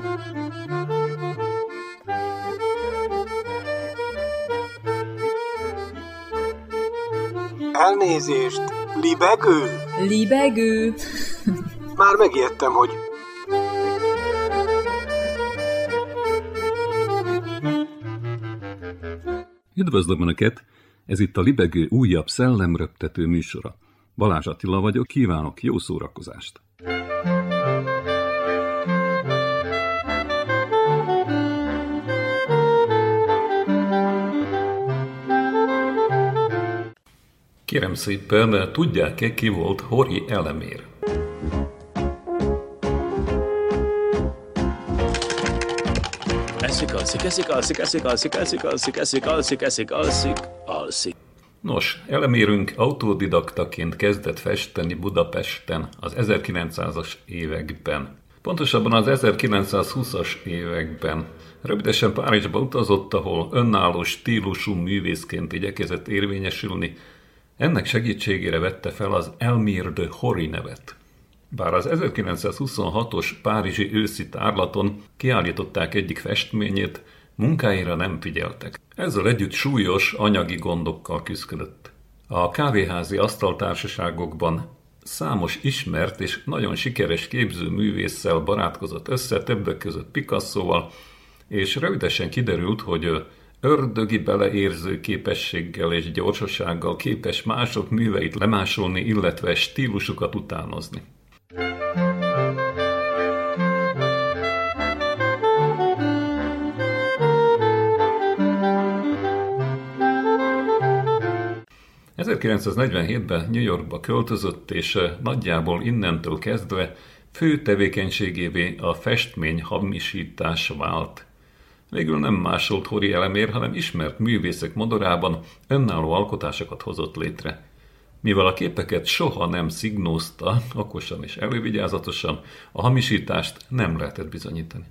Elnézést, libegő? Libegő? Már megijedtem, hogy... Üdvözlöm Önöket! Ez itt a Libegő újabb szellemröptető műsora. Balázs Attila vagyok, kívánok jó szórakozást! Kérem szépen, tudják-e, ki volt Hori Elemér? Alszik. Nos, Elemérünk autodidaktaként kezdett festeni Budapesten az 1900-as években. Pontosabban az 1920-as években. Rövidesen Párizsba utazott, ahol önálló stílusú művészként igyekezett érvényesülni. Ennek segítségére vette fel az Elmire de Hori nevet. Bár az 1926-os párizsi őszi tárlaton kiállították egyik festményét, munkáira nem figyeltek. Ezzel együtt súlyos anyagi gondokkal küszködött. A kávéházi asztaltársaságokban számos ismert és nagyon sikeres képzőművésszel barátkozott össze, többek között Picassoval, és rövidesen kiderült, hogy ördögi beleérző képességgel és gyorsasággal képes mások műveit lemásolni, illetve stílusukat utánozni. ...1947-ben New Yorkba költözött, és nagyjából innentől kezdve fő tevékenységévé a festmény hamisítás vált. Végül nem másolt Hori Elemér, hanem ismert művészek modorában önálló alkotásokat hozott létre. Mivel a képeket soha nem szignózta, okosan és elővigyázatosan, a hamisítást nem lehetett bizonyítani.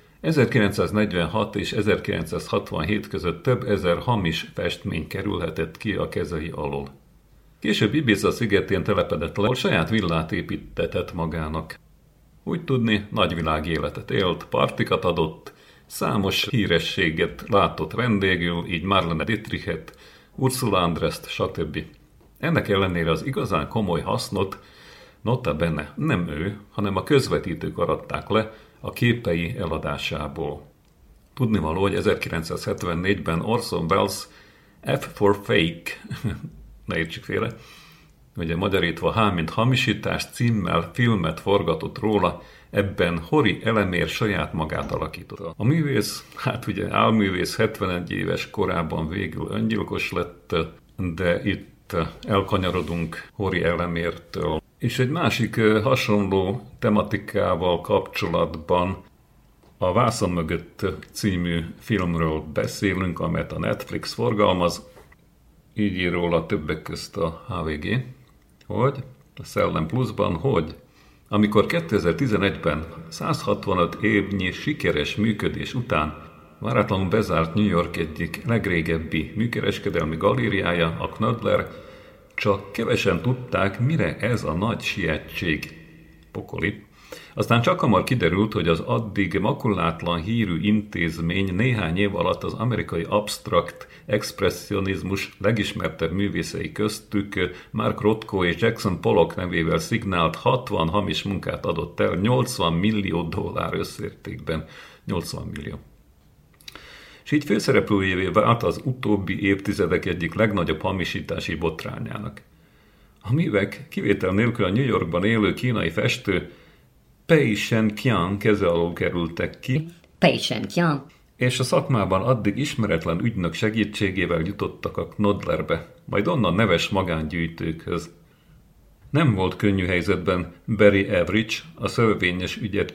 1946 és 1967 között több ezer hamis festmény kerülhetett ki a kezei alól. Később Ibiza szigetén telepedett le, ahol saját villát építtetett magának. Úgy tudni, nagyvilági életet élt, partikat adott, számos hírességet látott vendégül, így Marlene Dietrichet, Ursula Andrest, stb. Ennek ellenére az igazán komoly hasznot, nota bene, nem ő, hanem a közvetítők aratták le a képei eladásából. Tudnivaló, hogy 1974-ben Orson Welles F for Fake, ne értsük félre, ugye magyarítva H mint hamisítás címmel filmet forgatott róla, ebben Hori Elemér saját magát alakította. A művész, ugye álművész 71 éves korában végül öngyilkos lett, de itt elkanyarodunk Hori Elemértől. És egy másik hasonló tematikával kapcsolatban a Vászon mögött című filmről beszélünk, amelyet a Netflix forgalmaz. Így ír róla többek közt a HVG, hogy a Szellem Pluszban, hogy amikor 2011-ben 165 évnyi sikeres működés után váratlanul bezárt New York egyik legrégebbi műkereskedelmi galériája, a Knoedler, csak kevesen tudták, mire ez a nagy sietség. Pokoli. Aztán csak hamar kiderült, hogy az addig makulátlan hírű intézmény néhány év alatt az amerikai absztrakt expresszionizmus legismertebb művészei köztük Mark Rothko és Jackson Pollock nevével szignált 60 hamis munkát adott el $80 millió összértékben. 80 millió. És így főszereplőjévé vált az utóbbi évtizedek egyik legnagyobb hamisítási botrányának. A művek kivétel nélkül a New Yorkban élő kínai festő Pei Shen-kiang keze alól kerültek ki, és a szakmában addig ismeretlen ügynök segítségével jutottak a Knoedlerbe, majd onnan neves magángyűjtőkhöz. Nem volt könnyű helyzetben Barry Average, a szövevényes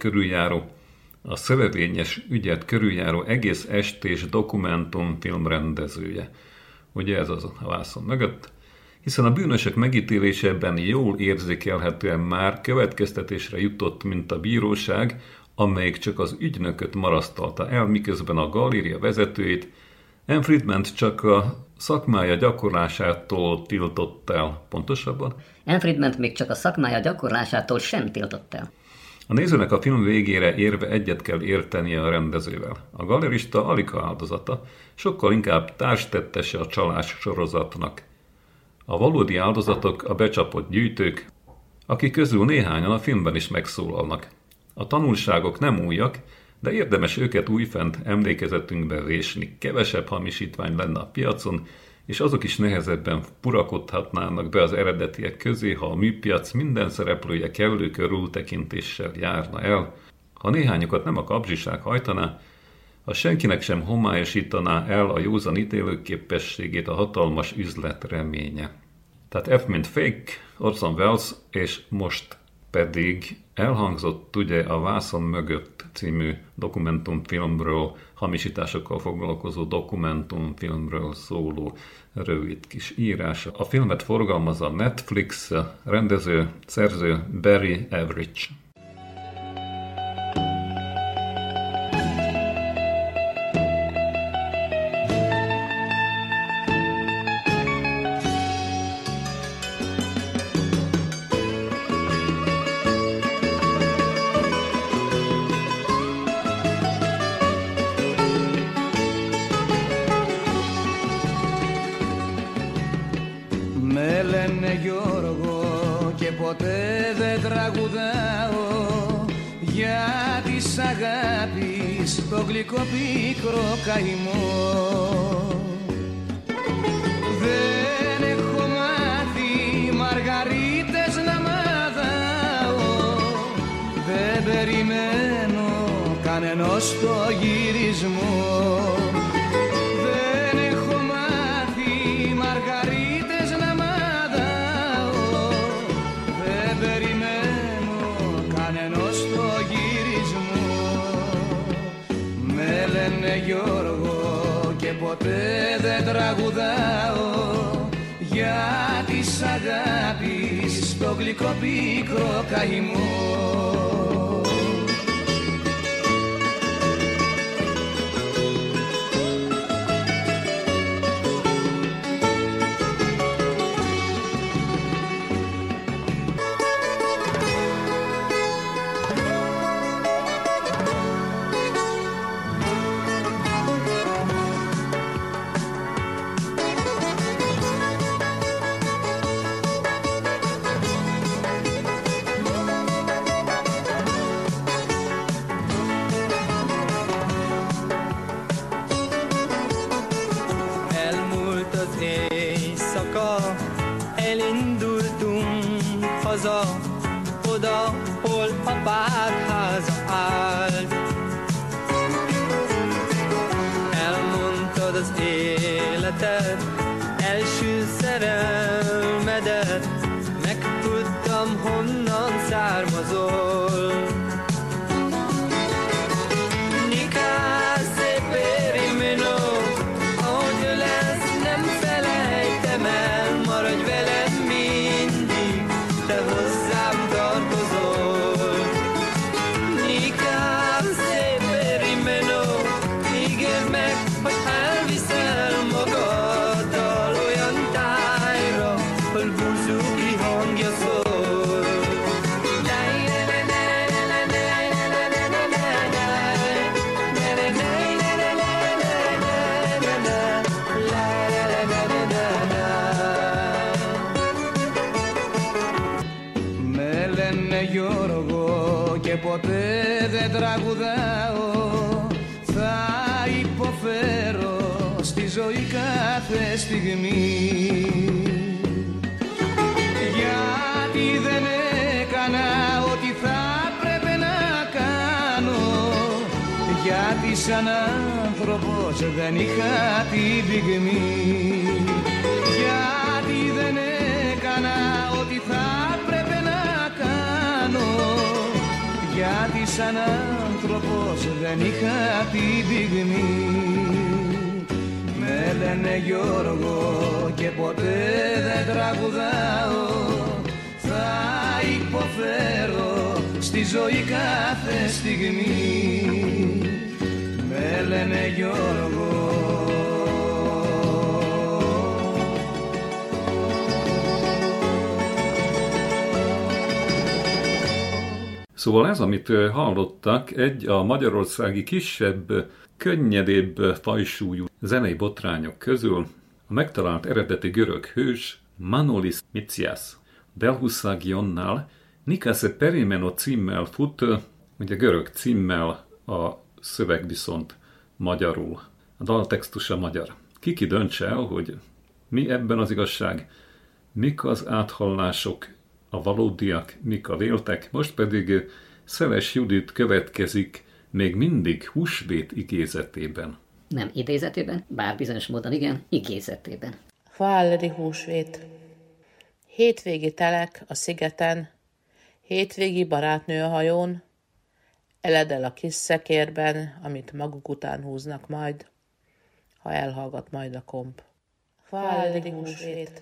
ügyet körüljáró egész estés dokumentumfilm rendezője. Ugye ez az a Vászon mögött? Hiszen a bűnösök megítélésében jól érzékelhetően már következtetésre jutott, mint a bíróság, amelyik csak az ügynököt marasztalta el, miközben a galéria vezetőjét, Anne Friedmant csak a szakmája gyakorlásától tiltott el. Pontosabban? Anne Friedmant még csak a szakmája gyakorlásától sem tiltott el. A nézőnek a film végére érve egyet kell értenie a rendezővel. A galerista alig áldozata, sokkal inkább társtettese a csalás sorozatnak. A valódi áldozatok a becsapott gyűjtők, akik közül néhányan a filmben is megszólalnak. A tanulságok nem újak, de érdemes őket újfent emlékezetünkbe vésni. Kevesebb hamisítvány lenne a piacon, és azok is nehezebben purakodhatnának be az eredetiek közé, ha a műpiac minden szereplője kellő körültekintéssel járna el. Ha néhányokat nem a kapzsiság hajtaná, az senkinek sem homályosítaná el a józan ítélőképességét a hatalmas üzlet reménye. Tehát F mint Fake, Orson Welles, és most pedig elhangzott ugye a Vászon mögött című dokumentumfilmről, hamisításokkal foglalkozó dokumentumfilmről szóló rövid kis írása. A filmet forgalmazza Netflix, rendező, szerző Barry Average. Το γλυκό πίκρο καημό δεν έχω μάθει μαργαρίτες να μαδάω, δεν περιμένω κανενός το γυρισμό, δεν έχω μάθει μαργαρίτες να μαδάω, δεν περιμένω κανενός το γυρισμό. Με λένε Γιώργο και ποτέ δεν τραγουδάω για της αγάπης το γλυκό πίκρο καημό. Oda, hol apád háza áll. Elmondtad az életed, első szerelmedet, megtudtam, honnan származol. Nikász szépéri minó, ahogy lesz, nem felejtem el, maradj velem mindig, te hozzám tartozol. Nikám szép Rimeno, ígérd meg, hogy elviszel magaddal olyan tájra, hol búzsúki hangja szól. Γιώργο και ποτέ δεν τραγουδάω, θα υποφέρω στη ζωή κάθε στιγμή, γιατί δεν έκανα ό,τι θα πρέπει να κάνω, γιατί σαν άνθρωπος δεν είχα την πυγμή, γιατί δεν έκανα ό,τι θα πρέπει να κάνω, γιατί σαν άνθρωπος δεν είχα την πυγμή. Με λένε Γιώργο και ποτέ δεν τραγουδάω, θα υποφέρω στη ζωή κάθε στιγμή. Με λένε Γιώργο. Szóval ez, amit hallottak, egy a magyarországi kisebb, könnyedébb fajsúlyú zenei botrányok közül a megtalált eredeti görög hős Manolis Mitsias Belhussagionnál Nikase Perimeno címmel fut, ugye görög címmel, a szöveg viszont magyarul. A daltextusa magyar. Ki döntse el, hogy mi ebben az igazság, mik az áthallások, a valódiak, mik a véltek, most pedig Szeles Judit következik még mindig húsvét igézetében. Nem idézetében, bár bizonyos módon igen, igézetében. Fáleri húsvét. Hétvégi telek a szigeten, hétvégi barátnő a hajón, eledel a kis szekérben, amit maguk után húznak majd, ha elhallgat majd a komp. Fáleri húsvét.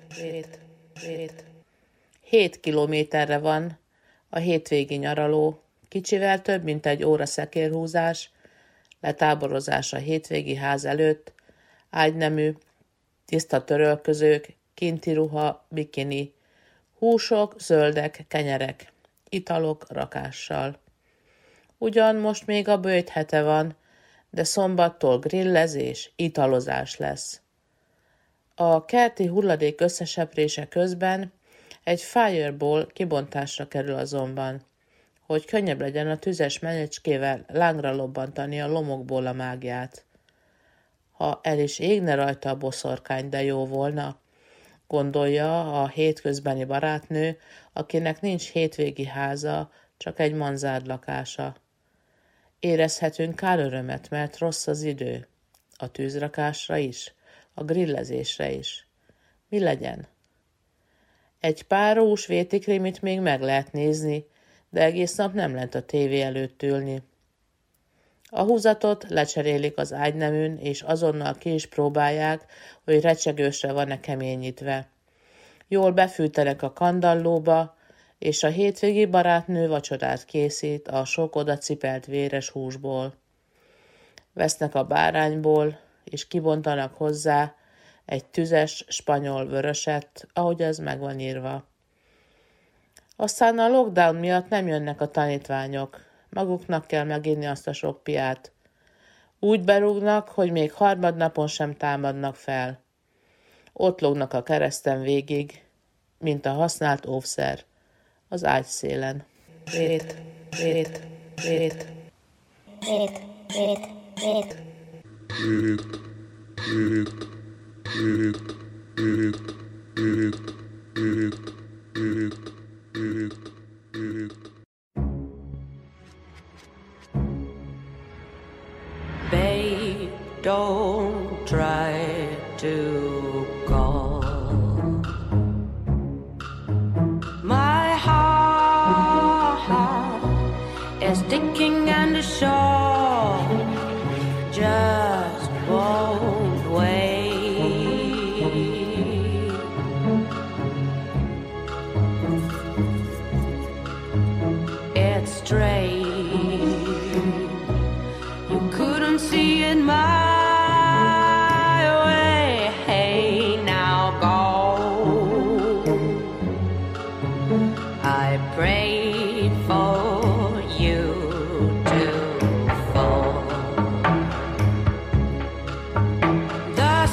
7 kilométerre van a hétvégi nyaraló, kicsivel több mint egy óra szekérhúzás, letáborozás a hétvégi ház előtt, ágynemű, tiszta törölközők, kinti ruha, bikini, húsok, zöldek, kenyerek, italok rakással. Ugyan most még a böjt hete van, de szombattól grillezés, italozás lesz. A kerti hulladék összeseprése közben egy fireball kibontásra kerül azonban, hogy könnyebb legyen a tüzes menyecskével lángra lobbantani a lomokból a mágiát. Ha el is égne rajta a boszorkány, de jó volna, gondolja a hétközbeni barátnő, akinek nincs hétvégi háza, csak egy manzárd lakása. Érezhetünk kárörömet, mert rossz az idő. A tűzrakásra is, a grillezésre is. Mi legyen? Egy pár húsvéti krimit még meg lehet nézni, de egész nap nem lehet a tévé előtt ülni. A húzatot lecserélik az ágyneműn, és azonnal ki is próbálják, hogy recsegősre van-e keményítve. Jól befűtenek a kandallóba, és a hétvégi barátnő vacsorát készít a sok oda cipelt véres húsból. Vesznek a bárányból, és kibontanak hozzá egy tüzes spanyol vöröset, ahogy az meg van írva. Aztán a lockdown miatt nem jönnek a tanítványok, maguknak kell meginni azt a sok piát. Úgy berúgnak, hogy még harmadnapon sem támadnak fel. Ott lógnak a kereszten végig, mint a használt óvszer, az ágy szélen. Vét. Babe, don't try to call. My heart is sticking and the shore just won't wait. It's strange. See it my way. Hey, now go. I prayed for you to fall. The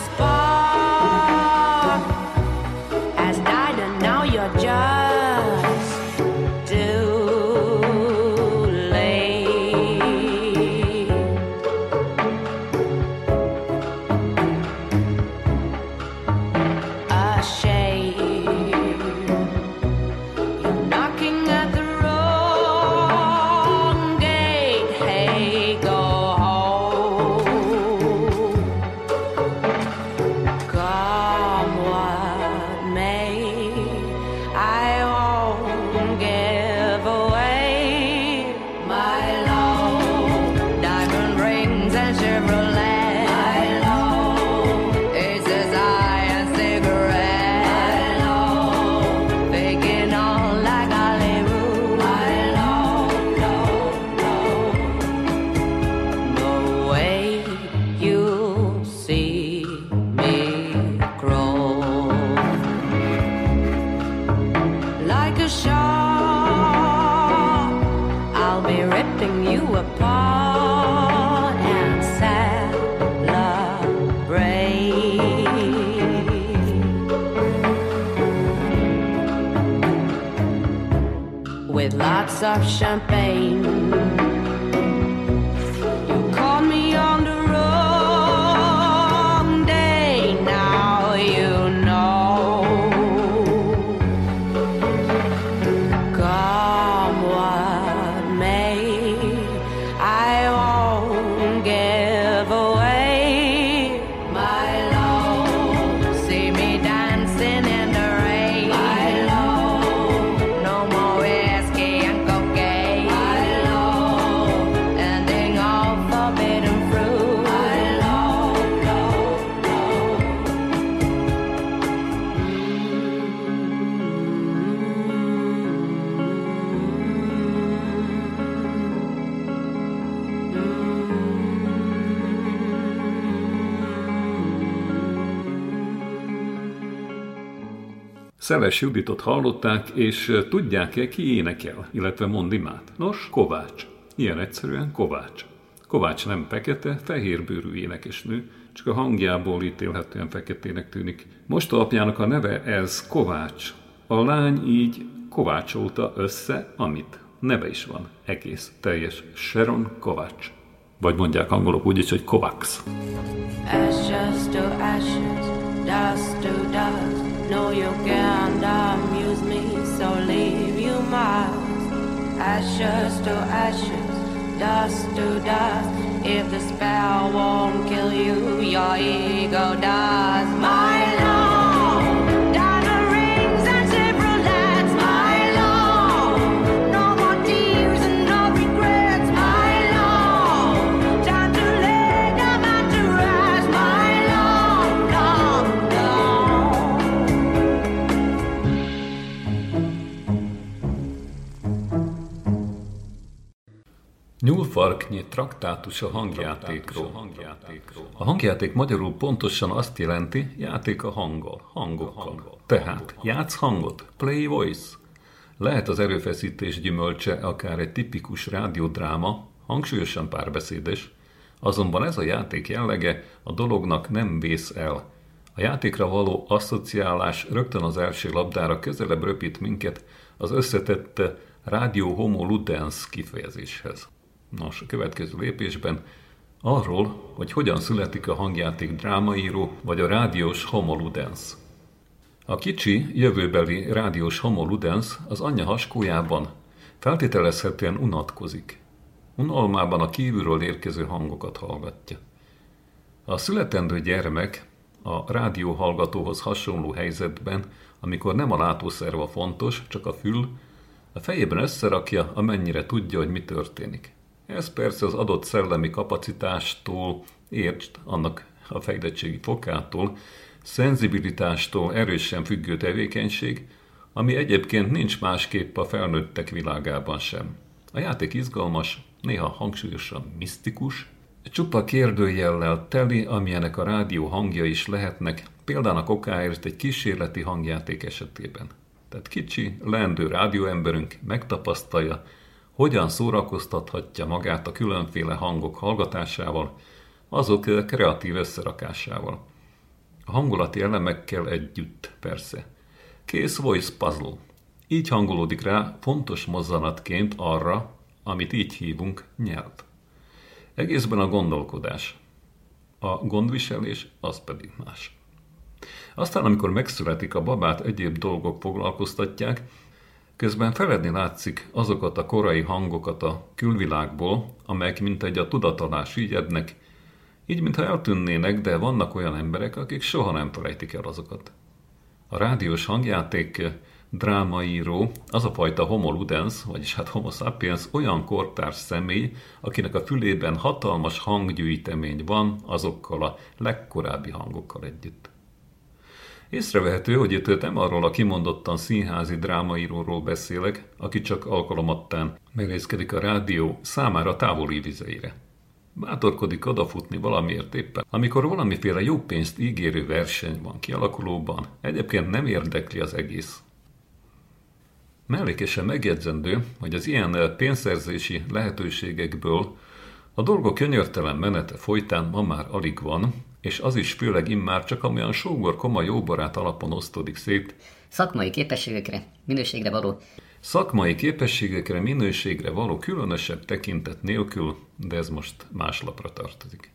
lots of champagne. You called me on the wrong day, now you know. Come what may, I won't give away my love. See me dancing in the rain, my love. No more whiskey and cocaine, my love. Ending all forbidden fruit, my love, love, Szeles Juditot hallották, és tudják-e, ki énekel, illetve mond imát? Nos, Kovács. Ilyen egyszerűen Kovács. Kovács nem fekete, fehérbőrű énekesnő, csak a hangjából ítélhetően feketének tűnik. Most apjának a neve ez Kovács. A lány így kovácsolta össze, amit. Neve is van, egész, teljes, Sharon Kovács. Vagy mondják angolok úgy is, hogy Kovacs. ashes to ashes, dust to dust. No, you can't amuse me, so leave you must. Ashes to ashes, dust to dust. If the spell won't kill you, your ego does. My love, diamond rings and Chevrolets. My love, no more tears and no regrets. My love, time to lay down and to rest. My love, love, love. Nyúlfarknyi traktátus a hangjátékról. A hangjáték magyarul pontosan azt jelenti, játék a hanggal, hangokkal. Tehát játsz hangot, play voice. Lehet az erőfeszítés gyümölcse akár egy tipikus rádiódráma, hangsúlyosan párbeszédes, azonban ez a játék jellege a dolognak nem vész el. A játékra való asszociálás rögtön az első labdára közelebb röpít minket az összetett radio homo ludens kifejezéshez. Nos, a következő lépésben arról, hogy hogyan születik a hangjáték drámaíró vagy a rádiós homo ludens. A kicsi, jövőbeli rádiós homo ludens az anyja haskójában feltételezhetően unatkozik. Unalmában a kívülről érkező hangokat hallgatja. A születendő gyermek a rádióhallgatóhoz hasonló helyzetben, amikor nem a látószerv a fontos, csak a fül, a fejében összerakja, amennyire tudja, hogy mi történik. Ez persze az adott szellemi kapacitástól, értsd, annak a fejlettségi fokától, szenzibilitástól erősen függő tevékenység, ami egyébként nincs másképp a felnőttek világában sem. A játék izgalmas, néha hangsúlyosan misztikus, csupa kérdőjellel teli, amilyenek a rádió hangja is lehetnek, példának okáért egy kísérleti hangjáték esetében. Tehát kicsi, leendő rádióemberünk megtapasztalja, hogyan szórakoztathatja magát a különféle hangok hallgatásával, azok kreatív összerakásával. A hangulati elemekkel együtt, persze. Kész voice puzzle. Így hangolódik rá fontos mozzanatként arra, amit így hívunk nyelv. Egészben a gondolkodás. A gondviselés az pedig más. Aztán, amikor megszületik a babát, egyéb dolgok foglalkoztatják, közben feledni látszik azokat a korai hangokat a külvilágból, amelyek mintegy a tudat alá süllyednek, így mintha eltűnnének, de vannak olyan emberek, akik soha nem felejtik el azokat. A rádiós hangjáték drámaíró az a fajta homo ludens, vagyis hát homo sapiens olyan kortárs személy, akinek a fülében hatalmas hanggyűjtemény van azokkal a legkorábbi hangokkal együtt. Észrevehető, hogy itt nem arról a kimondottan színházi drámaíróról beszélek, aki csak alkalomattán merészkedik a rádió számára távoli vizeire. Bátorkodik odafutni valamiért éppen, amikor valamiféle jó pénzt ígérő verseny van kialakulóban, egyébként nem érdekli az egész. Mellékesen megjegyzendő, hogy az ilyen pénzszerzési lehetőségekből a dolgok könyörtelen menete folytán ma már alig van, és az is főleg immár csak amolyan sógor-koma jóbarát alapon osztódik szét. Szakmai képességekre, minőségre való Szakmai képességekre, minőségre való különösebb tekintet nélkül, de ez most más lapra tartozik.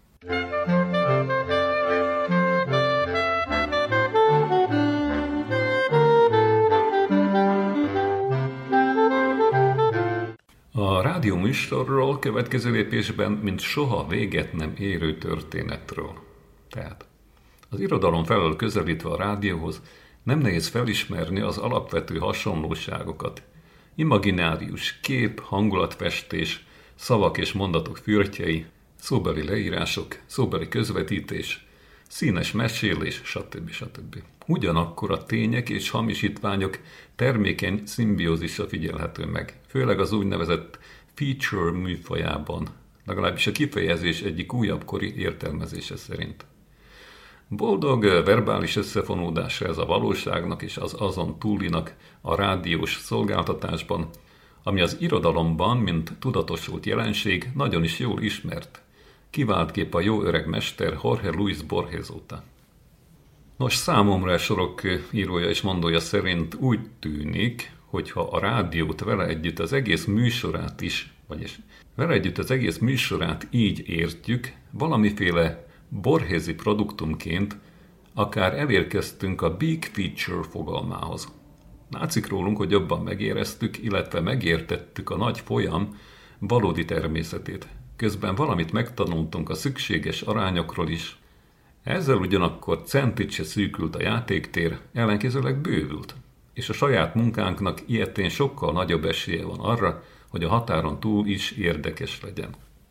A rádióműsorról következő lépésben, mint soha véget nem érő történetről. Tehát az irodalom felől közelítve a rádióhoz nem nehéz felismerni az alapvető hasonlóságokat. Imaginárius kép, hangulatfestés, szavak és mondatok fürtjei, szóbeli leírások, szóbeli közvetítés, színes mesélés, stb. Ugyanakkor a tények és hamisítványok termékeny szimbiózisa figyelhető meg, főleg az úgynevezett feature műfajában, legalábbis a kifejezés egyik újabb kori értelmezése szerint. Boldog verbális összefonódása ez a valóságnak és az azon túlinak a rádiós szolgáltatásban, ami az irodalomban, mint tudatosult jelenség, nagyon is jól ismert. Kivált kép a jó öreg mester Jorge Luis Borges óta. Nos, számomra a sorok írója és mondója szerint úgy tűnik, hogyha a rádiót vele együtt az egész műsorát is, vagyis vele együtt az egész műsorát így értjük, valamiféle borgesi produktumként akár elérkeztünk a big feature fogalmához. Látszik rólunk, hogy jobban megéreztük, illetve megértettük a nagy folyam valódi természetét. Közben valamit megtanultunk a szükséges arányokról is. Ezzel ugyanakkor centit se szűkült a játéktér, ellenkezőleg bővült, és a saját munkánknak ilyetén sokkal nagyobb esélye van arra, hogy a határon túl is érdekes legyen.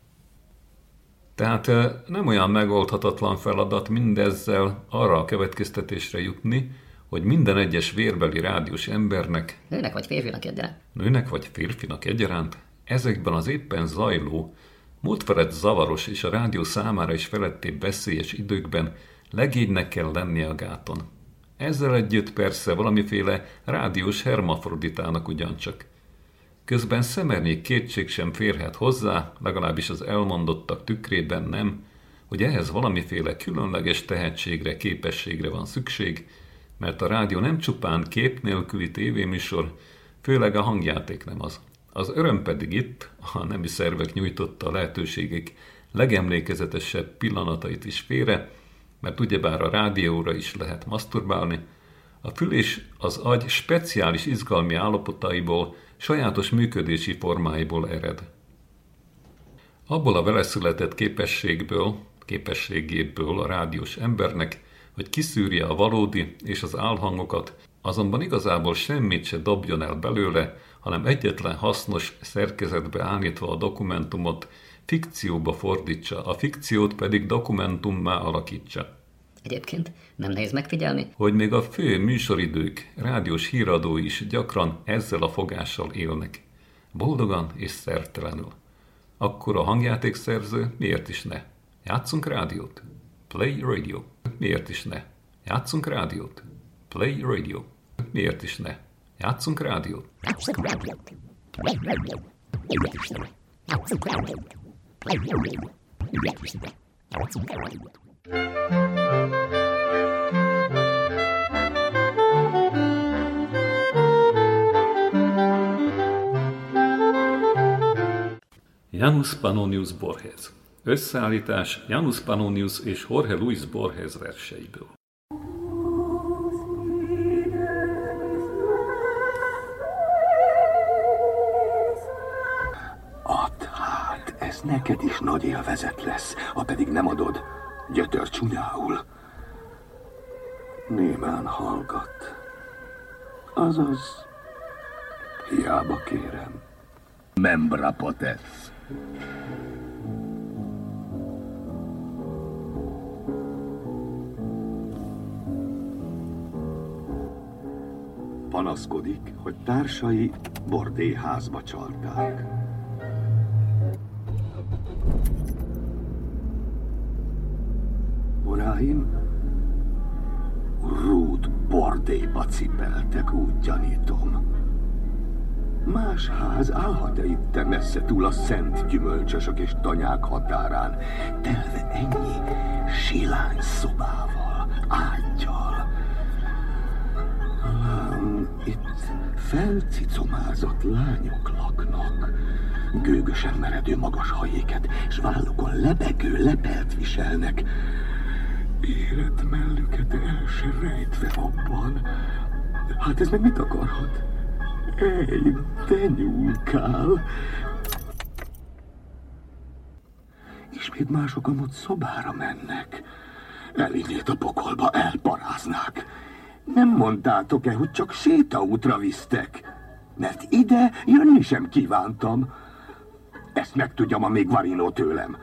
Tehát nem olyan megoldhatatlan feladat mindezzel arra a következtetésre jutni, hogy minden egyes vérbeli rádiós embernek, Nőnek vagy férfinak egyaránt, ezekben az éppen zajló, múlt felett zavaros és a rádió számára is felettébb veszélyes időkben legénynek kell lennie a gáton. Ezzel együtt persze valamiféle rádiós hermafroditának ugyancsak. Közben szemernyi kétség sem férhet hozzá, legalábbis az elmondottak tükrében nem, hogy ehhez valamiféle különleges tehetségre, képességre van szükség, mert a rádió nem csupán kép nélküli tévéműsor, főleg a hangjáték nem az. Az öröm pedig itt, a nemi szervek nyújtotta lehetőségek legemlékezetesebb pillanatait is félre, mert ugyebár a rádióra is lehet maszturbálni, a fül és az agy speciális izgalmi állapotaiból, sajátos működési formáiból ered. Abból a veleszületett képességéből a rádiós embernek, hogy kiszűrje a valódi és az álhangokat, azonban igazából semmit se dobjon el belőle, hanem egyetlen hasznos szerkezetbe állítva a dokumentumot, fikcióba fordítsa, a fikciót pedig dokumentummá alakítsa. Egyébként nem nehéz megfigyelni, hogy még a fő műsoridők, rádiós híradói is gyakran ezzel a fogással élnek. Boldogan és szertelenül. Akkor a hangjátékszerző miért is ne? Játsszunk rádiót? Play radio. Miért is ne? Játsszunk rádiót? Play radio. Miért is ne? Játsszunk rádiót? Janus Pannonius Borges. Összeállítás Janus Pannonius és Jorge Luis Borges verseiből. Add hát, ez neked is nagy élvezet lesz, ha pedig nem adod, gyötör csúnyául. Némán hallgat. Azaz, hiába kérem. Membra potesz. Panaszkodik, hogy társai bordélyházba csalták. Uraim, rúd bordélyba cipeltek, úgy gyanítom. Más ház állhat-e itt messze túl a szent gyümölcsösök és tanyák határán, telve ennyi silány szobával, ággyal? Itt felcicomázott lányok laknak, gőgösen meredő magas hajéket, s vállukon lebegő lepelt viselnek. Életmellüket el se rejtve abban. Hát ez meg mit akarhat? Ej, te nyúlkál! Ismét mások amúgy szobára mennek. Elinnét a pokolba elparáznák. Nem mondtátok-e, hogy csak sétaútra visztek? Mert ide jönni sem kívántam. Ezt megtudja ma még Varinó tőlem.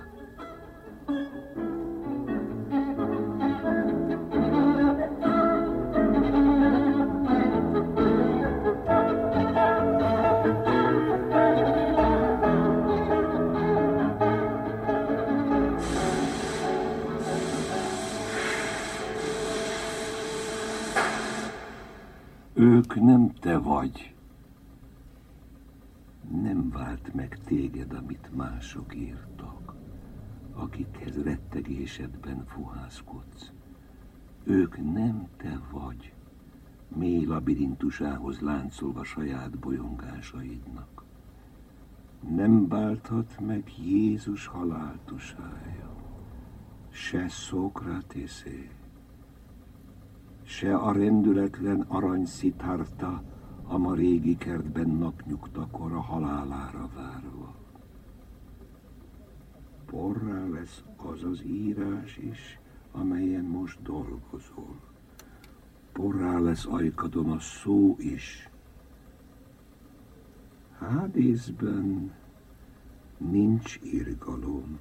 Ők nem te vagy. Nem vált meg téged, amit mások írtak, akikhez rettegésedben fuhászkodsz. Ők nem te vagy, mély labirintusához láncolva saját bolyongásaidnak. Nem válthat meg Jézus haláltusája, se Szókratészé, se a rendületlen arany Szitharta, a ma régi kertben napnyugtakor a halálára várva. Porrá lesz az az írás is, amelyen most dolgozol. Porrá lesz ajkadon a szó is. Hádészben nincs irgalom,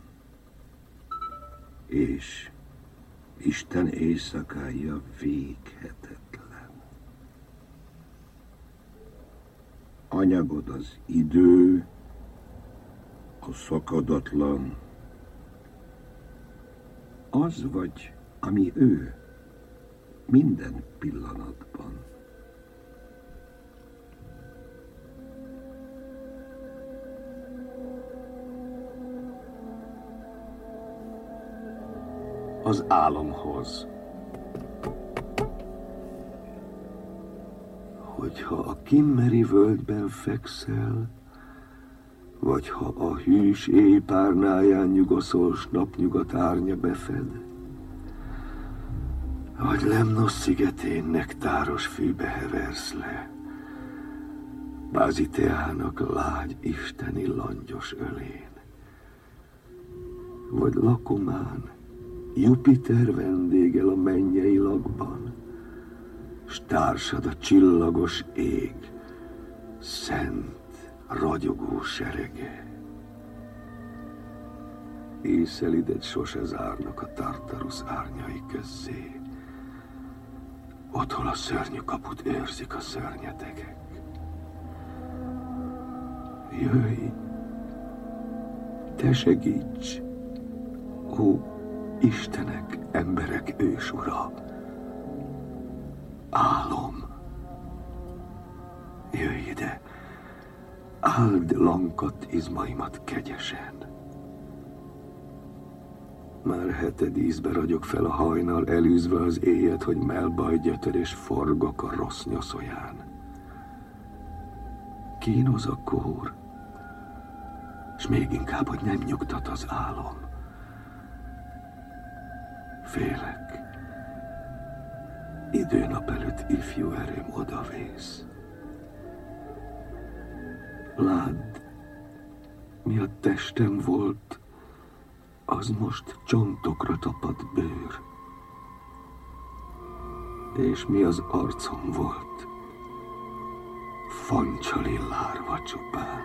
és Isten éjszakája véghetetlen. Anyagod az idő, a szakadatlan. Az vagy, ami ő, minden pillanatban. Az álomhoz. Hogyha a Kimmeri völgyben fekszel, vagy ha a hűs éj párnáján nyugaszol, s napnyugat árnya befed, vagy Lemnos szigetén nektáros fűbe heversz le, Báziteának lágy isteni langyos ölén, vagy Lakomán Jupiter vendégel a mennyei lakban, s társad a csillagos ég, szent, ragyogó serege. Észelidet sose zárnak a Tartarus árnyai közzé, otthon a szörnyű kaput őrzik a szörnyetegek. Jöjj, te segíts, ó Istenek, emberek ősura! Álom! Jöjj ide! Áld lankadt izmaimat kegyesen! Már heted ízbe ragyog fel a hajnal, elűzve az éjjel, hogy melbaj gyötör és forgok a rossz nyoszoján. Kínoz a kór, s még inkább, hogy nem nyugtat az álom. Félek, időnap előtt ifjú erőm odavész. Ládd, mi a testem volt, az most csontokra tapad bőr. És mi az arcom volt, fancsali lárva csupán.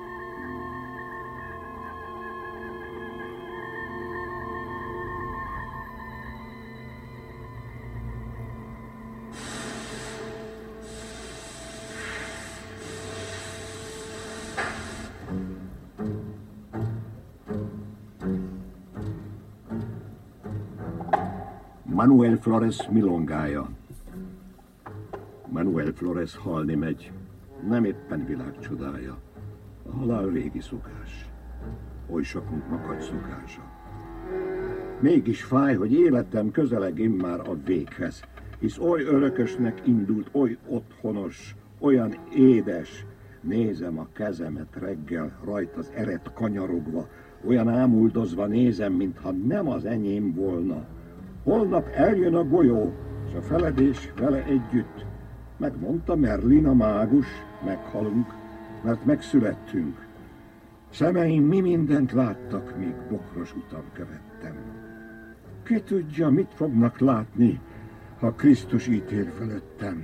Manuel Flores milongája. Manuel Flores halni megy, nem éppen világcsodája. A halál régi szokás, oly sokunk makacs szokása. Mégis fáj, hogy életem közeleg immár a véghez, hisz oly örökösnek indult, oly otthonos, olyan édes. Nézem a kezemet reggel, rajt az eret kanyarogva, olyan ámuldozva nézem, mintha nem az enyém volna. Holnap eljön a golyó, és a feledés vele együtt. Megmondta Merlin a mágus, meghalunk, mert megszülettünk. Szemeim mi mindent láttak, míg bokros utam követtem. Ki tudja, mit fognak látni, ha Krisztus ítél fölöttem.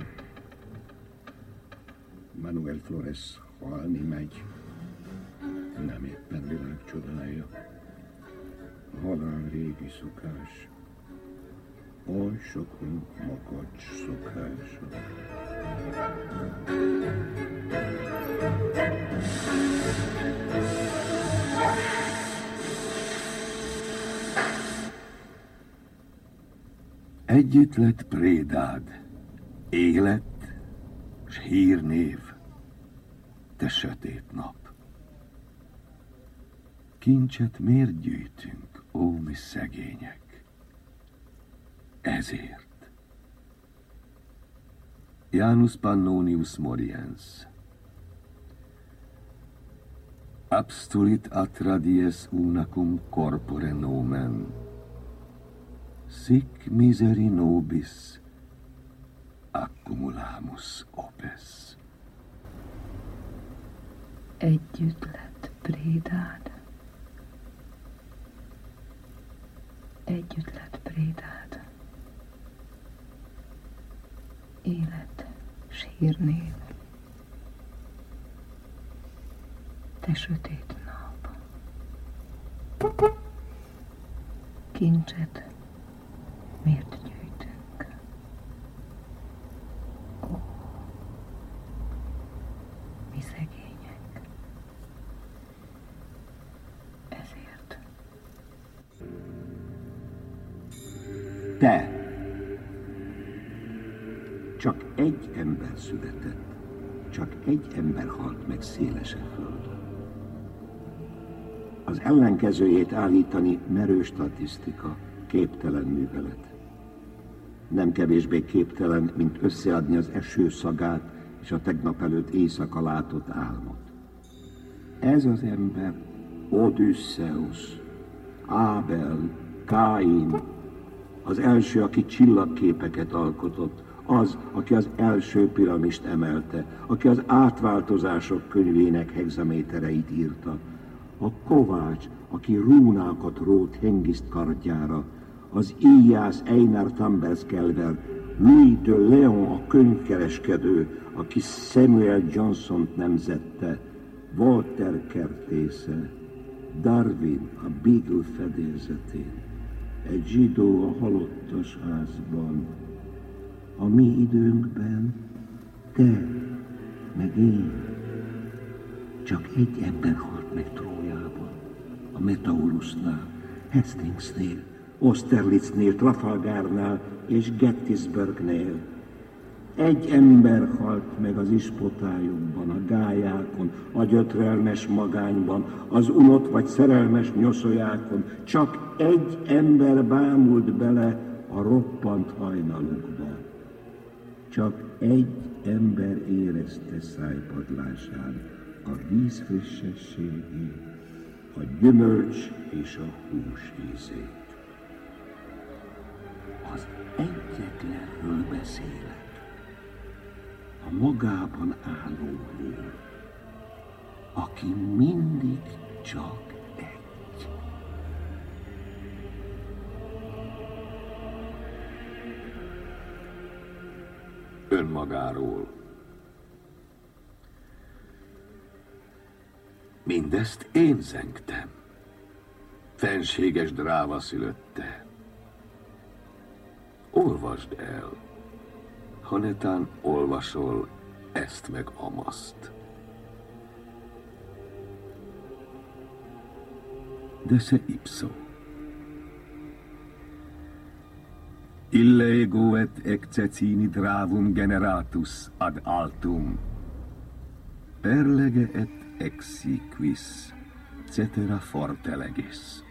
Manuel Flores halni megy. Nem éppen világ csodája. Halál régi szokás. Oly sokunk makacs szokása. Együtt lett prédád, élet s hírnév, te sötét nap. Kincset miért gyűjtünk, ó mi szegények? Ezért. Janus Pannonius Moriens. Abstulit atra dies unacum corpore nomen, sic miseri nobis accumulamus opes. Együtt lett prédád. Együtt lett prédád. Élet, sírnév. Te sötét nap. Kincset miért gyűjtünk? Ó, mi szegények. Ezért. Te! Csak egy ember született, csak egy ember halt meg szélesen földön. Az ellenkezőjét állítani merő statisztika, képtelen művelet. Nem kevésbé képtelen, mint összeadni az eső szagát és a tegnap előtt éjszaka látott álmot. Ez az ember Odysseus, Ábel, Káin, az első, aki csillagképeket alkotott, az, aki az első piramist emelte, aki az átváltozások könyvének hexamétereit írta, a kovács, aki rúnákat rót Hengist kardjára, az íjász Einar Tamberskelver, Louis de Leon a könyvkereskedő, aki Samuel Johnson-t nemzette, Walter kertésze, Darwin a Beagle fedélzetén, egy zsidó a halottas házban. A mi időnkben te, meg én, csak egy ember halt meg Trójában, a Metaulusnál, Hastingsnél, Austerlitznél, Trafalgarnál és Gettysburgnél. Egy ember halt meg az ispotályokban, a gályákon, a gyötrelmes magányban, az unott vagy szerelmes nyoszójákon. Csak egy ember bámult bele a roppant hajnalukba. Csak egy ember érezte szájpadlásán a víz frissességét, a gyümölcs és a hús ízét. Az egyetlenről beszélek, a magában állóról, aki mindig csak egy. Önmagáról. Mindezt én zengtem. Fenséges dráva szülötte. Olvasd el, ha netán olvasol ezt meg amaszt. De se ipso. Ille ego et excecini dravum generatus ad altum. Perlege et exequis, cetera forte legis.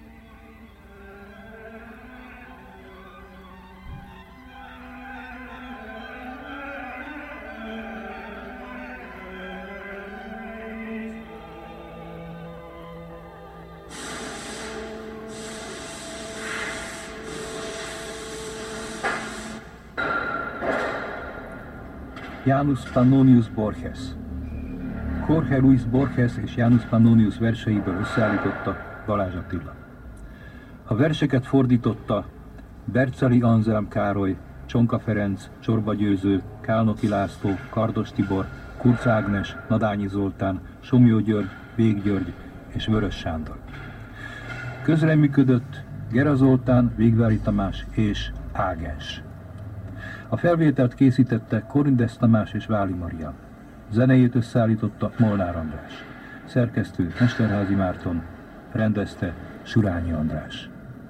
Janus Pannonius Borges. Jorge Luis Borges és Janus Pannonius verseiből összeállította Balázs Attila. A verseket fordította Berczeli Anzelm Károly, Csonka Ferenc, Csorba Győző, Kálnoki László, Kardos Tibor, Kurz Ágnes, Nadányi Zoltán, Somlyó György, Vég György és Vörös Sándor. Közreműködött Gera Zoltán, Végvári Tamás és Ágens. A felvételt készítette Korindes Tamás és Váli Marian. Zenejét összeállította Molnár András. Szerkesztő Mesterházi Márton, rendezte Surányi András.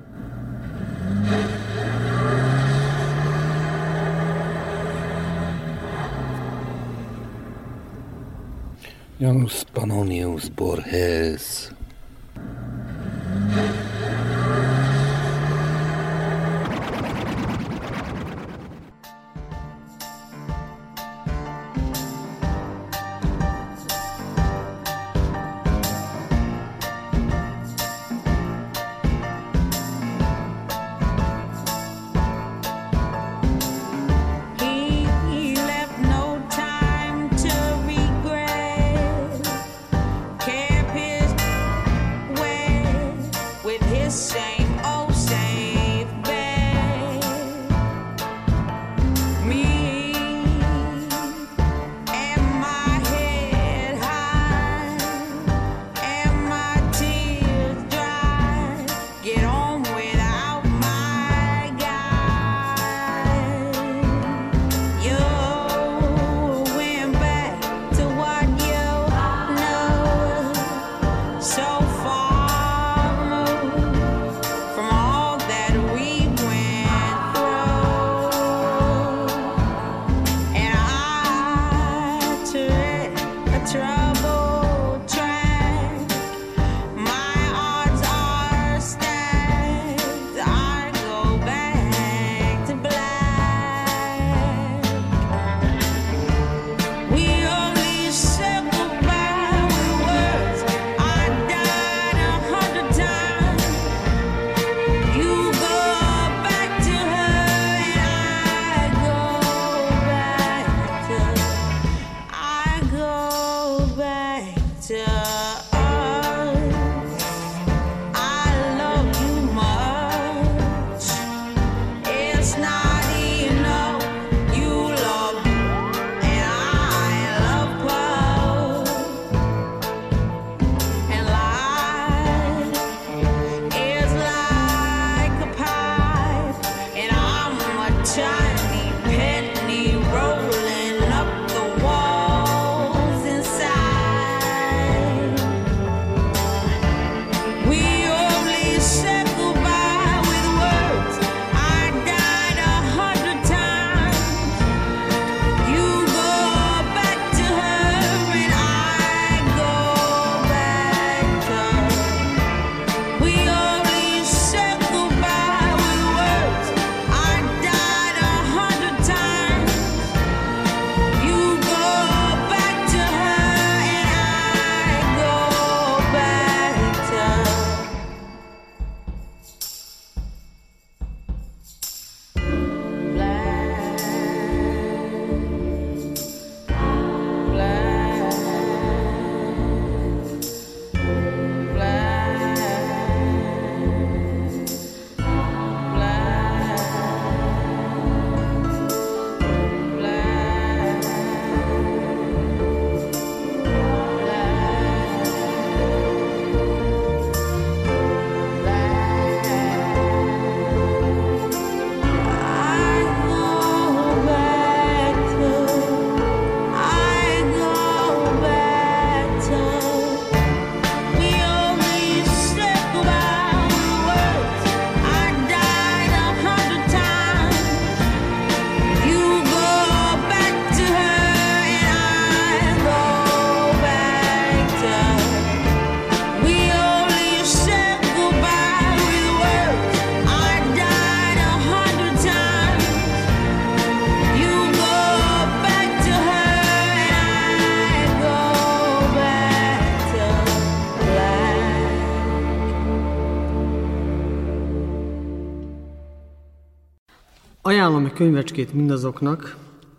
Janus Pannonius Borges. Ajánlom a könyvecskét mindazoknak,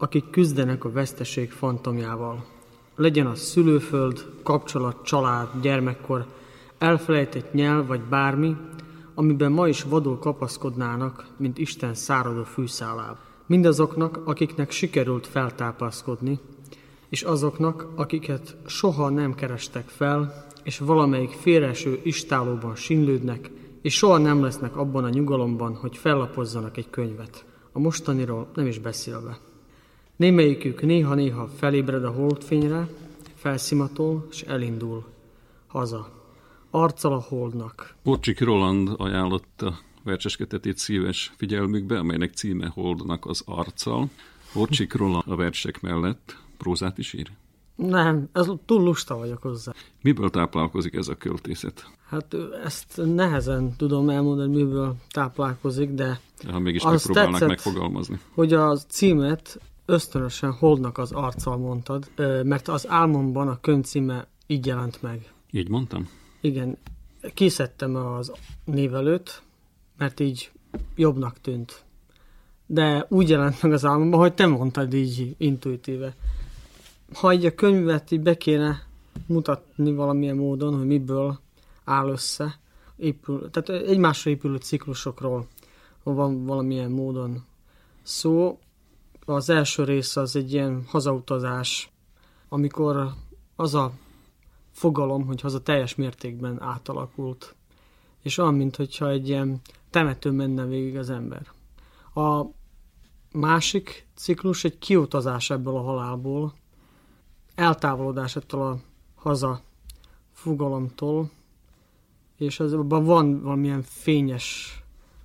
akik küzdenek a veszteség fantomjával. Legyen az szülőföld, kapcsolat, család, gyermekkor, elfelejtett nyelv vagy bármi, amiben ma is vadul kapaszkodnának, mint Isten száradó fűszálába. Mindazoknak, akiknek sikerült feltápászkodni, és azoknak, akiket soha nem kerestek fel, és valamelyik félreeső istálóban sinlődnek, és soha nem lesznek abban a nyugalomban, hogy fellapozzanak egy könyvet. A mostaniról nem is beszélve. Némelyikük néha-néha felébred a holdfényre, felszimatol, és elindul haza. Arccal a holdnak. Borcsik Roland ajánlotta verseskötetét szíves figyelmükbe, amelynek címe Holdnak az arccal. Borcsik Roland a versek mellett prózát is ír? Nem, ez túl lusta vagyok hozzá. Miből táplálkozik ez a költészet? Hát ezt nehezen tudom elmondani, miből táplálkozik, de ha mégis megpróbálnak tetszett, megfogalmazni. Hogy a címet ösztönösen Holdnak az arccal mondtad, mert az álmomban a könyv címe így jelent meg. Így mondtam? Igen, kiszedtem az névelőt, mert így jobbnak tűnt. De úgy jelent meg az álmomban, hogy te mondtad így intuitíve. Ha így a könyvet így be kéne mutatni valamilyen módon, hogy miből áll össze, tehát egymásra épülő ciklusokról van valamilyen módon szó. Az első rész az egy ilyen hazautazás, amikor az a fogalom, hogy haza teljes mértékben átalakult. És olyan, mintha egy ilyen temetőn menne végig az ember. A másik ciklus egy kiutazás ebből a halálból, eltávolodás ettől a haza fogalomtól, és abban van valamilyen fényes,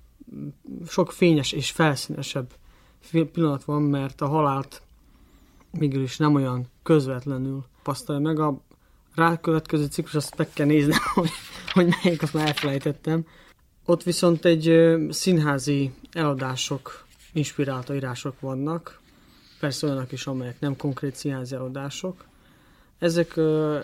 sok fényes és felszínesebb pillanat van, mert a halált mégis nem olyan közvetlenül tapasztalja meg. A rákövetkező ciklus, azt meg kell néznem, hogy melyik, azt már elfelejtettem. Ott viszont egy színházi eladások, inspirálta írások vannak, persze olyanok is, amelyek nem konkrét színházi eladások. Ezek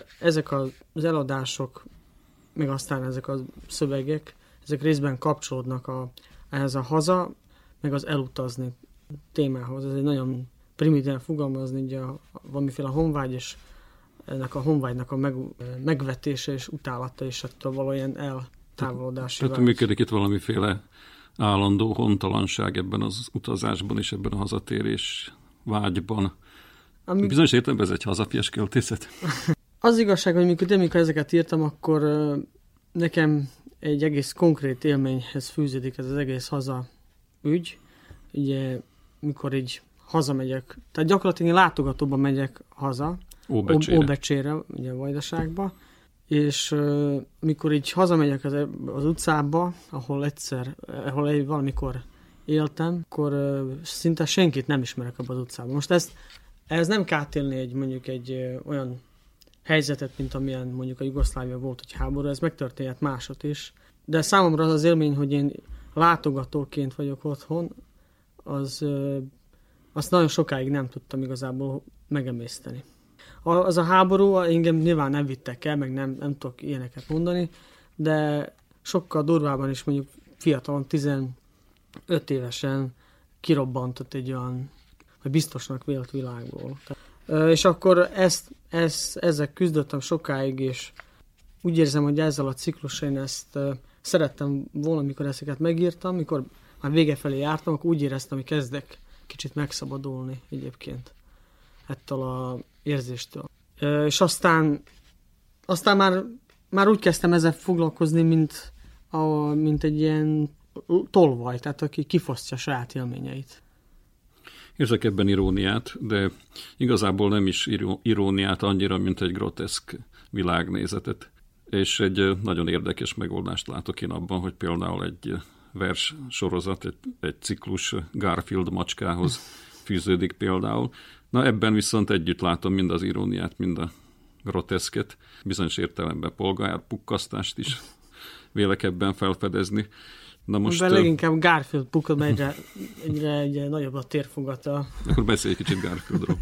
az eladások, meg aztán ezek a szövegek, ezek részben kapcsolódnak ehhez a haza, meg az elutazni témához. Ez egy nagyon primitíven fogalmazni, ugye valamiféle honvágy, és ennek a honvágynak a megvetése és utálata, és ettől való ilyen eltávolodási. Tehát működik itt valamiféle állandó hontalanság ebben az utazásban és ebben a hazatérés vágyban. Bizonyos értelemben ez egy hazafias költészet. Az igazság, hogy amikor ezeket írtam, akkor nekem egy egész konkrét élményhez fűződik ez az egész haza ügy. Ugye, mikor így hazamegyek, tehát gyakorlatilag én látogatóban megyek haza, Óbecsére, ugye Vajdaságba, és mikor így hazamegyek az utcába, ahol valamikor éltem, akkor szinte senkit nem ismerek abban az utcában. Most ez nem kell átélni mondjuk egy olyan helyzetet, mint amilyen mondjuk a Jugoszlávia volt, hogy háború, ez megtörténhet másod is. De számomra az élmény, hogy én látogatóként vagyok otthon, azt nagyon sokáig nem tudtam igazából megemészteni. Az a háború engem nyilván nem vittek el, meg nem tudok ilyeneket mondani, de sokkal durvában is mondjuk fiatalon, 15 évesen kirobbantott egy olyan, hogy biztosnak vélt világból. És akkor ezzel küzdöttem sokáig, és úgy érzem, hogy ezzel a ciklussal én ezt szerettem volna, amikor ezeket megírtam, mikor már vége felé jártam, akkor úgy éreztem, hogy kezdek kicsit megszabadulni egyébként ettől a érzéstől. És aztán már úgy kezdtem ezzel foglalkozni, mint egy ilyen tolvaj, tehát aki kifosztja saját élményeit. Érzek ebben iróniát, de igazából nem is iróniát annyira, mint egy groteszk világnézetet. És egy nagyon érdekes megoldást látok én abban, hogy például egy vers sorozat, egy ciklus Garfield macskához fűződik például. Na ebben viszont együtt látom mind az iróniát, mind a groteszket, bizonyos értelemben polgárpukkasztást is vélek ebben felfedezni. Na most leginkább Garfield pukkad, mert egyre nagyobb a térfogata. Akkor beszélj egy kicsit Garfieldról.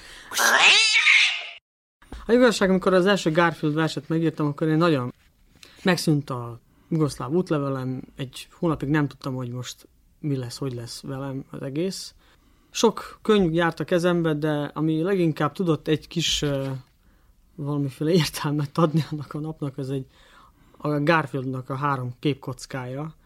A igazság, amikor az első Garfield verset megírtam, akkor én nagyon megszűnt a jugoszláv útlevelem, egy hónapig nem tudtam, hogy most mi lesz, hogy lesz velem az egész. Sok könyv járt a kezembe, de ami leginkább tudott egy kis valamiféle értelmet adni annak a napnak, ez a Garfieldnak a 3 képkockája.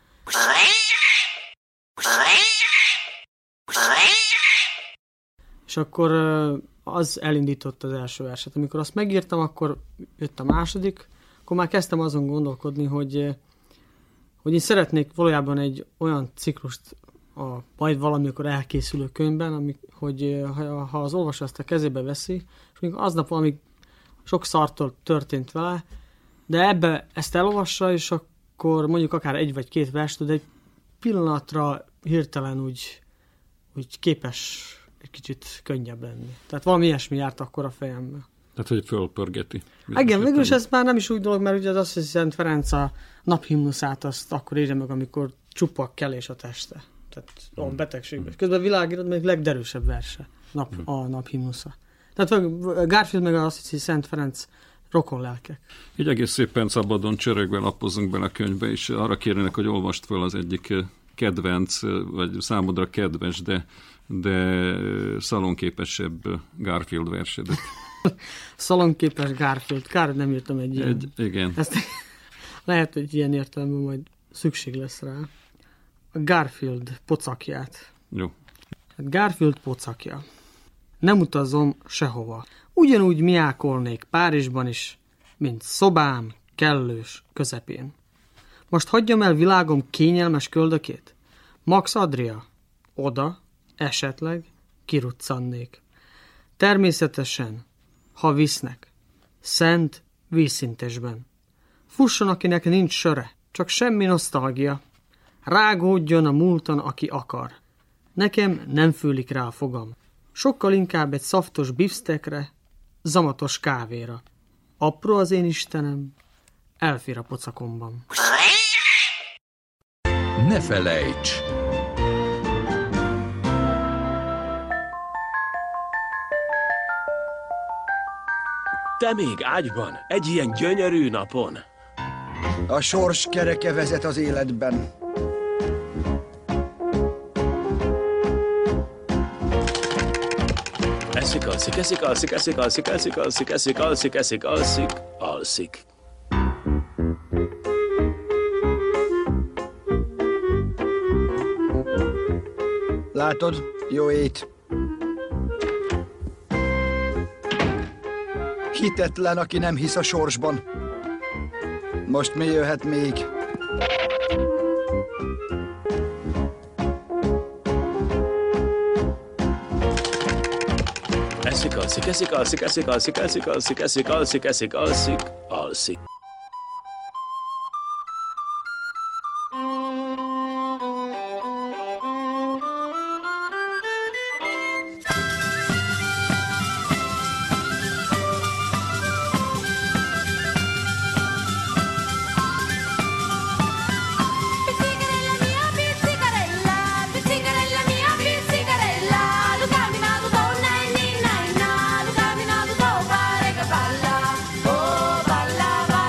És akkor az elindított az első verset. Amikor azt megírtam, akkor jött a második, akkor már kezdtem azon gondolkodni, hogy én szeretnék valójában egy olyan ciklust majd valamikor elkészülő könyvben, hogy ha az olvasó ezt a kezébe veszi, és mondjuk aznap valami sok szartól történt vele, de ezt elolvassa, és akkor mondjuk akár 1 vagy 2 vers tud egy pillanatra hirtelen úgy képes egy kicsit könnyebb lenni. Tehát valami ilyesmi járt akkor a fejembe. Tehát, hogy fölpörgeti. Igen, végülis ez már nem is úgy dolog, mert ugye az Assisi Szent Ferenc a naphimnuszát azt akkor írja meg, amikor csupa kelés a teste. Tehát a betegségben. Közben a világírat még legderősebb verse a naphimnusza. Tehát Garfield meg az Assisi Szent Ferenc rokon lelkek. Így egész szépen szabadon csörögve lapozzunk bele a könyvbe, és arra kérnének, hogy olvast fel az egyik kedvenc, vagy számodra kedves, de szalonképesebb Garfield versedet. Szalonképes Garfield. Kár, nem írtam egy ilyen. Igen. Lehet, hogy ilyen értelemben majd szükség lesz rá. A Garfield pocakját. Jó. Hát Garfield pocakja. Nem utazom sehova. Ugyanúgy miákolnék Párizsban is, mint szobám kellős közepén. Most hagyjam el világom kényelmes köldökét? Max Adria. Oda, esetleg kiruccannék. Természetesen, ha visznek. Szent vízszintesben. Fusson, akinek nincs söre, csak semmi nosztalgia. Rágódjon a múlton, aki akar. Nekem nem fűlik rá a fogam. Sokkal inkább egy szaftos bifstekre, zamatos kávéra. Apró az én Istenem, elfér a pocakomban. Ne felejts! Te még ágyban, egy ilyen gyönyörű napon. A sors kereke vezet az életben. Eszik, alszik, eszik, alszik, eszik, alszik, eszik, alszik, eszik, alszik, eszik, alszik, alszik. Látod? Jó ét. Hitetlen, aki nem hisz a sorsban. Most mi jöhet még? Eszik, alszik, eszik, alszik, eszik, alszik, eszik, alszik, eszik, alszik, eszik, alszik, alszik. Balla,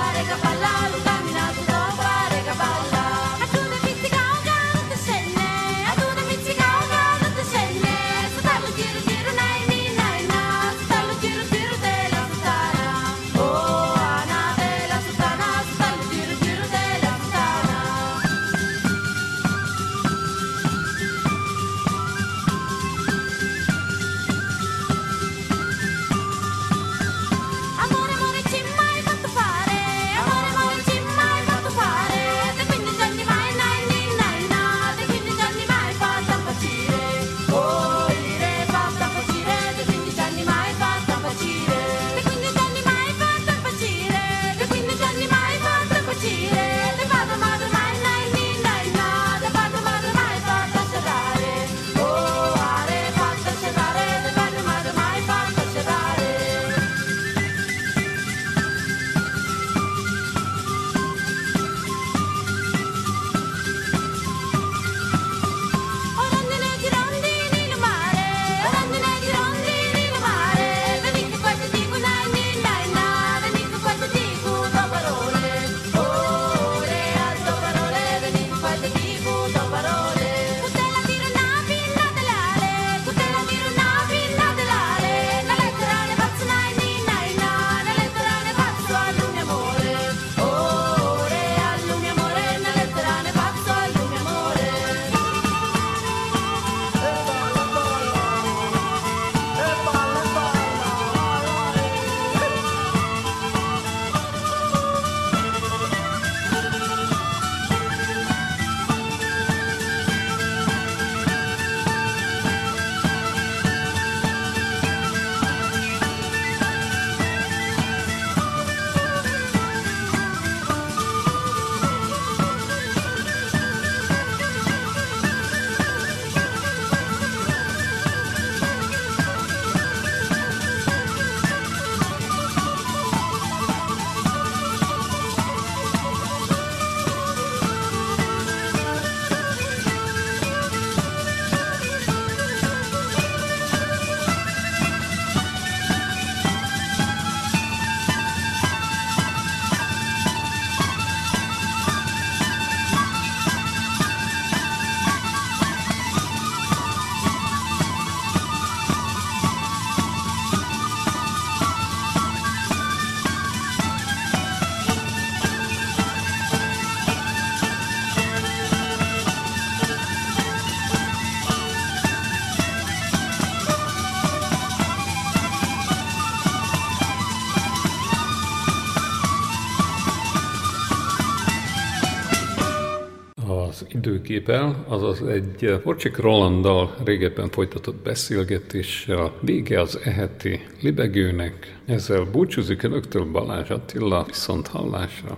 időképpel, azaz egy Porcsik Rolanddal régebben folytatott beszélgetéssel. Vége az eheti libegőnek. Ezzel búcsúzik önöktől Balázs Attila, viszont hallásra.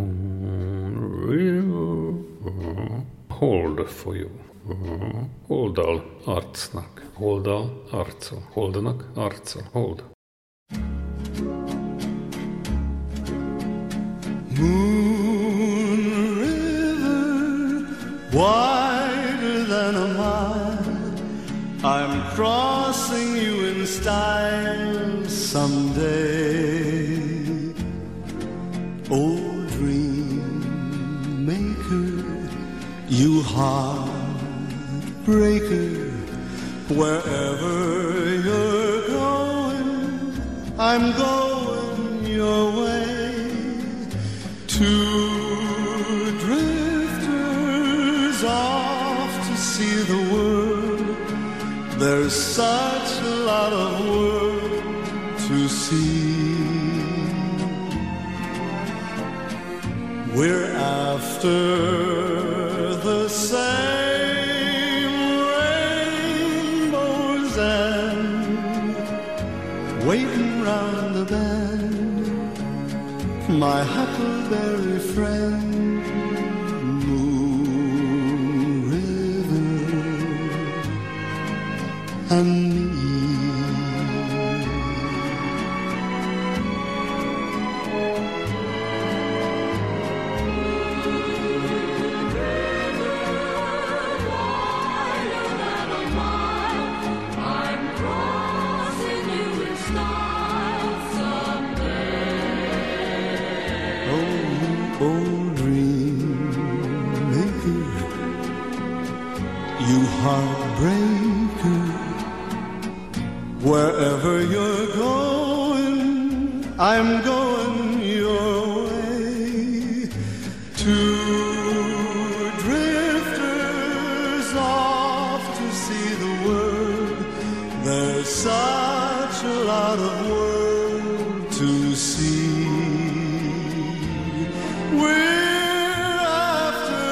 Hold folyó. Holdal arcnak. Holdal arca. Holdanak arca. Hold. Moon river, wider than a mile, I'm crossing you in style someday. Oh, dream maker, you heartbreaker, wherever you're going, I'm going your way. Two drifters off to see the world. There's such a lot of world to see. We're after the same rainbow's end, waiting round the bend. My huckleberry friend, Moon River, and me. Heartbreaker, wherever you're going, I'm going your way. Two drifters off to see the world. There's such a lot of world to see. We're after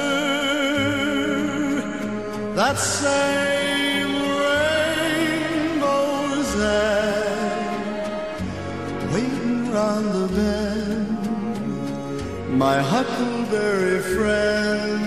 that same rainbow's end, waiting round the bend. My huckleberry friend.